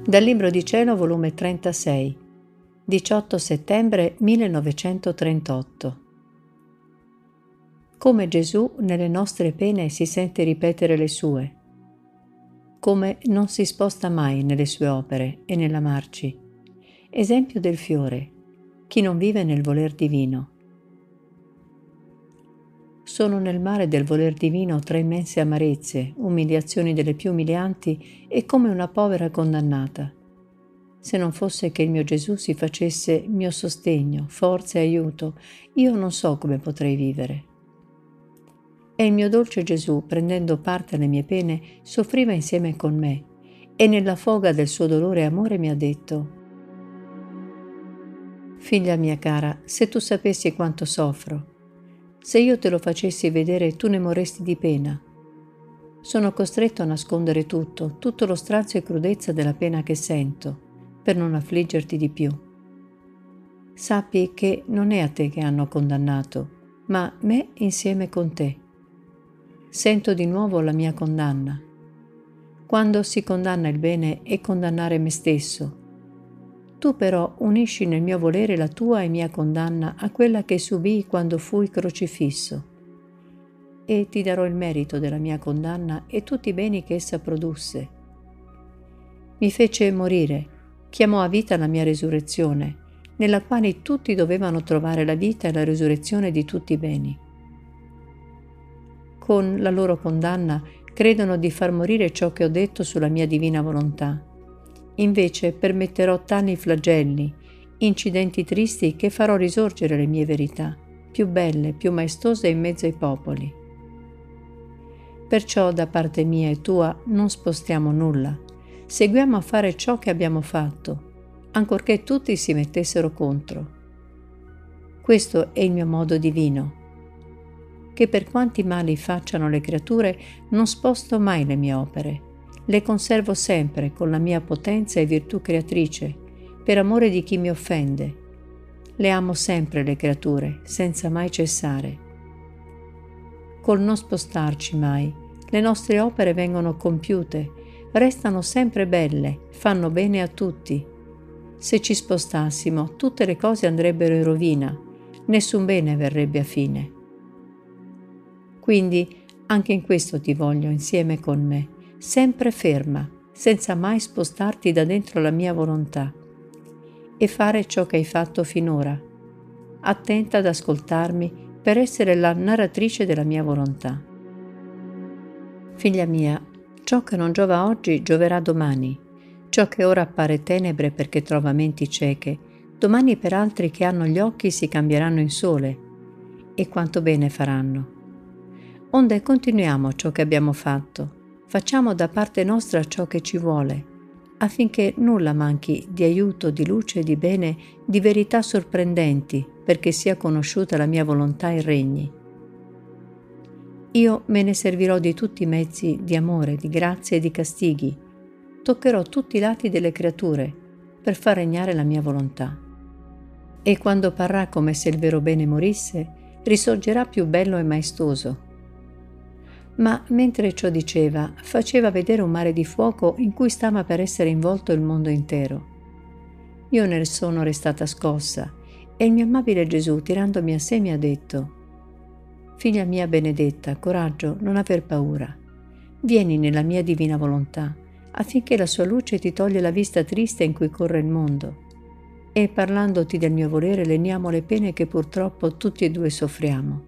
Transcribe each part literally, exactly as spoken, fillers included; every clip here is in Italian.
Dal Libro di Cielo, volume trentasei, diciotto settembre millenovecentotrentotto. Come Gesù nelle nostre pene si sente ripetere le sue, come non si sposta mai nelle sue opere e nell'amarci. Esempio del fiore, chi non vive nel voler divino. Sono nel mare del voler divino tra immense amarezze, umiliazioni delle più umilianti e come una povera condannata. Se non fosse che il mio Gesù si facesse mio sostegno, forza e aiuto, io non so come potrei vivere. E il mio dolce Gesù, prendendo parte alle mie pene, soffriva insieme con me e nella foga del suo dolore e amore mi ha detto: «Figlia mia cara, se tu sapessi quanto soffro, se io te lo facessi vedere tu ne morresti di pena. Sono costretto a nascondere tutto, tutto lo strazio e crudezza della pena che sento, per non affliggerti di più. Sappi che non è a te che hanno condannato, ma me insieme con te. Sento di nuovo la mia condanna. Quando si condanna il bene è condannare me stesso. Tu però unisci nel mio volere la tua e mia condanna a quella che subii quando fui crocifisso. E ti darò il merito della mia condanna e tutti i beni che essa produsse. Mi fece morire, chiamò a vita la mia resurrezione, nella quale tutti dovevano trovare la vita e la resurrezione di tutti i beni. Con la loro condanna credono di far morire ciò che ho detto sulla mia divina volontà. Invece permetterò tali flagelli, incidenti tristi che farò risorgere le mie verità, più belle, più maestose in mezzo ai popoli. Perciò da parte mia e tua non spostiamo nulla, seguiamo a fare ciò che abbiamo fatto, ancorché tutti si mettessero contro. Questo è il mio modo divino, che per quanti mali facciano le creature non sposto mai le mie opere, le conservo sempre con la mia potenza e virtù creatrice, per amore di chi mi offende. Le amo sempre le creature, senza mai cessare. Col non spostarci mai, le nostre opere vengono compiute, restano sempre belle, fanno bene a tutti. Se ci spostassimo, tutte le cose andrebbero in rovina, nessun bene verrebbe a fine. Quindi anche in questo ti voglio insieme con me, sempre ferma, senza mai spostarti da dentro la mia volontà, e fare ciò che hai fatto finora, attenta ad ascoltarmi per essere la narratrice della mia volontà. Figlia mia, ciò che non giova oggi gioverà domani, ciò che ora appare tenebre perché trova menti cieche, domani per altri che hanno gli occhi si cambieranno in sole, e quanto bene faranno. Onde continuiamo ciò che abbiamo fatto, facciamo da parte nostra ciò che ci vuole, affinché nulla manchi di aiuto, di luce, di bene, di verità sorprendenti, perché sia conosciuta la mia volontà e regni. Io me ne servirò di tutti i mezzi di amore, di grazia e di castighi, toccherò tutti i lati delle creature per far regnare la mia volontà. E quando parrà come se il vero bene morisse, risorgerà più bello e maestoso. Ma mentre ciò diceva, faceva vedere un mare di fuoco in cui stava per essere involto il mondo intero. Io ne sono restata scossa e il mio amabile Gesù, tirandomi a sé, mi ha detto: «Figlia mia benedetta, coraggio, non aver paura. Vieni nella mia divina volontà, affinché la sua luce ti toglie la vista triste in cui corre il mondo. E parlandoti del mio volere leniamo le pene che purtroppo tutti e due soffriamo.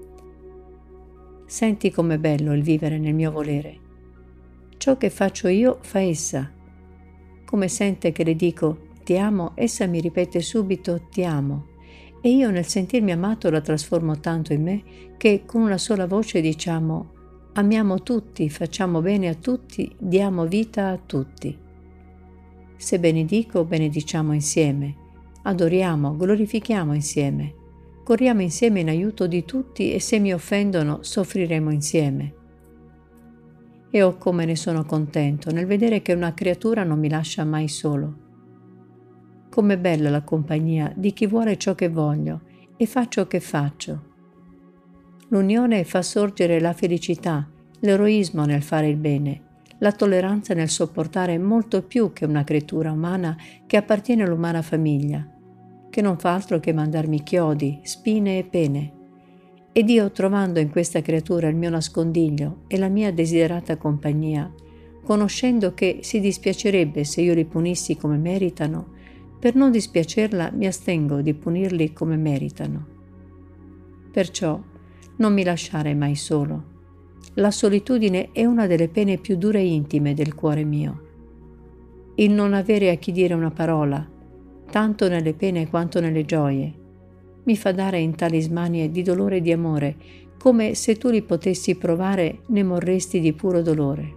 Senti com'è bello il vivere nel mio volere. Ciò che faccio io fa essa. Come sente che le dico ti amo, essa mi ripete subito ti amo, e io nel sentirmi amato la trasformo tanto in me che con una sola voce diciamo amiamo tutti, facciamo bene a tutti, diamo vita a tutti. Se benedico, benediciamo insieme, adoriamo, glorifichiamo insieme. Corriamo insieme in aiuto di tutti e se mi offendono soffriremo insieme. E oh come ne sono contento nel vedere che una creatura non mi lascia mai solo. Com'è bella la compagnia di chi vuole ciò che voglio e fa ciò che faccio. L'unione fa sorgere la felicità, l'eroismo nel fare il bene, la tolleranza nel sopportare molto più che una creatura umana che appartiene all'umana famiglia, che non fa altro che mandarmi chiodi, spine e pene. Ed io, trovando in questa creatura il mio nascondiglio e la mia desiderata compagnia, conoscendo che si dispiacerebbe se io li punissi come meritano, per non dispiacerla mi astengo di punirli come meritano. Perciò non mi lasciare mai solo. La solitudine è una delle pene più dure e intime del cuore mio. Il non avere a chi dire una parola, tanto nelle pene quanto nelle gioie, mi fa dare in tali smanie di dolore e di amore, come se tu li potessi provare ne morresti di puro dolore.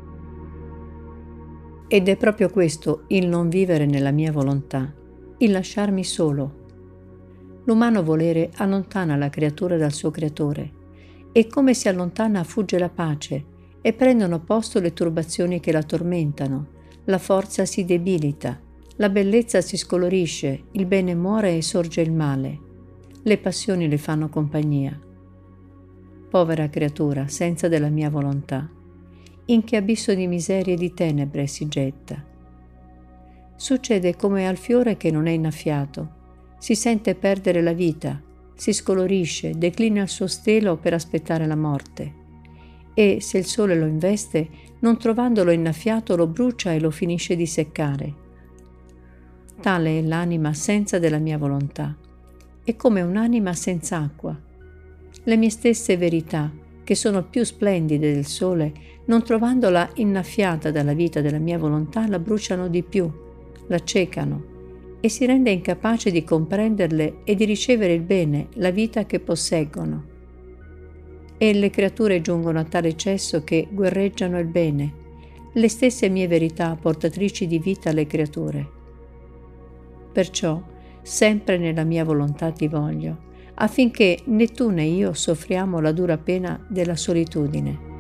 Ed è proprio questo il non vivere nella mia volontà, il lasciarmi solo. L'umano volere allontana la creatura dal suo creatore, e come si allontana fugge la pace e prendono posto le turbazioni che la tormentano, la forza si debilita, la bellezza si scolorisce, il bene muore e sorge il male, le passioni le fanno compagnia. Povera creatura, senza della mia volontà, in che abisso di miserie e di tenebre si getta. Succede come al fiore che non è innaffiato, si sente perdere la vita, si scolorisce, declina il suo stelo per aspettare la morte, e se il sole lo investe, non trovandolo innaffiato lo brucia e lo finisce di seccare. Tale è l'anima senza della mia volontà, è come un'anima senza acqua. Le mie stesse verità, che sono più splendide del sole, non trovandola innaffiata dalla vita della mia volontà, la bruciano di più, la accecano, e si rende incapace di comprenderle e di ricevere il bene, la vita che posseggono. E le creature giungono a tale eccesso che guerreggiano il bene, le stesse mie verità portatrici di vita alle creature. Perciò, sempre nella mia volontà ti voglio, affinché né tu né io soffriamo la dura pena della solitudine.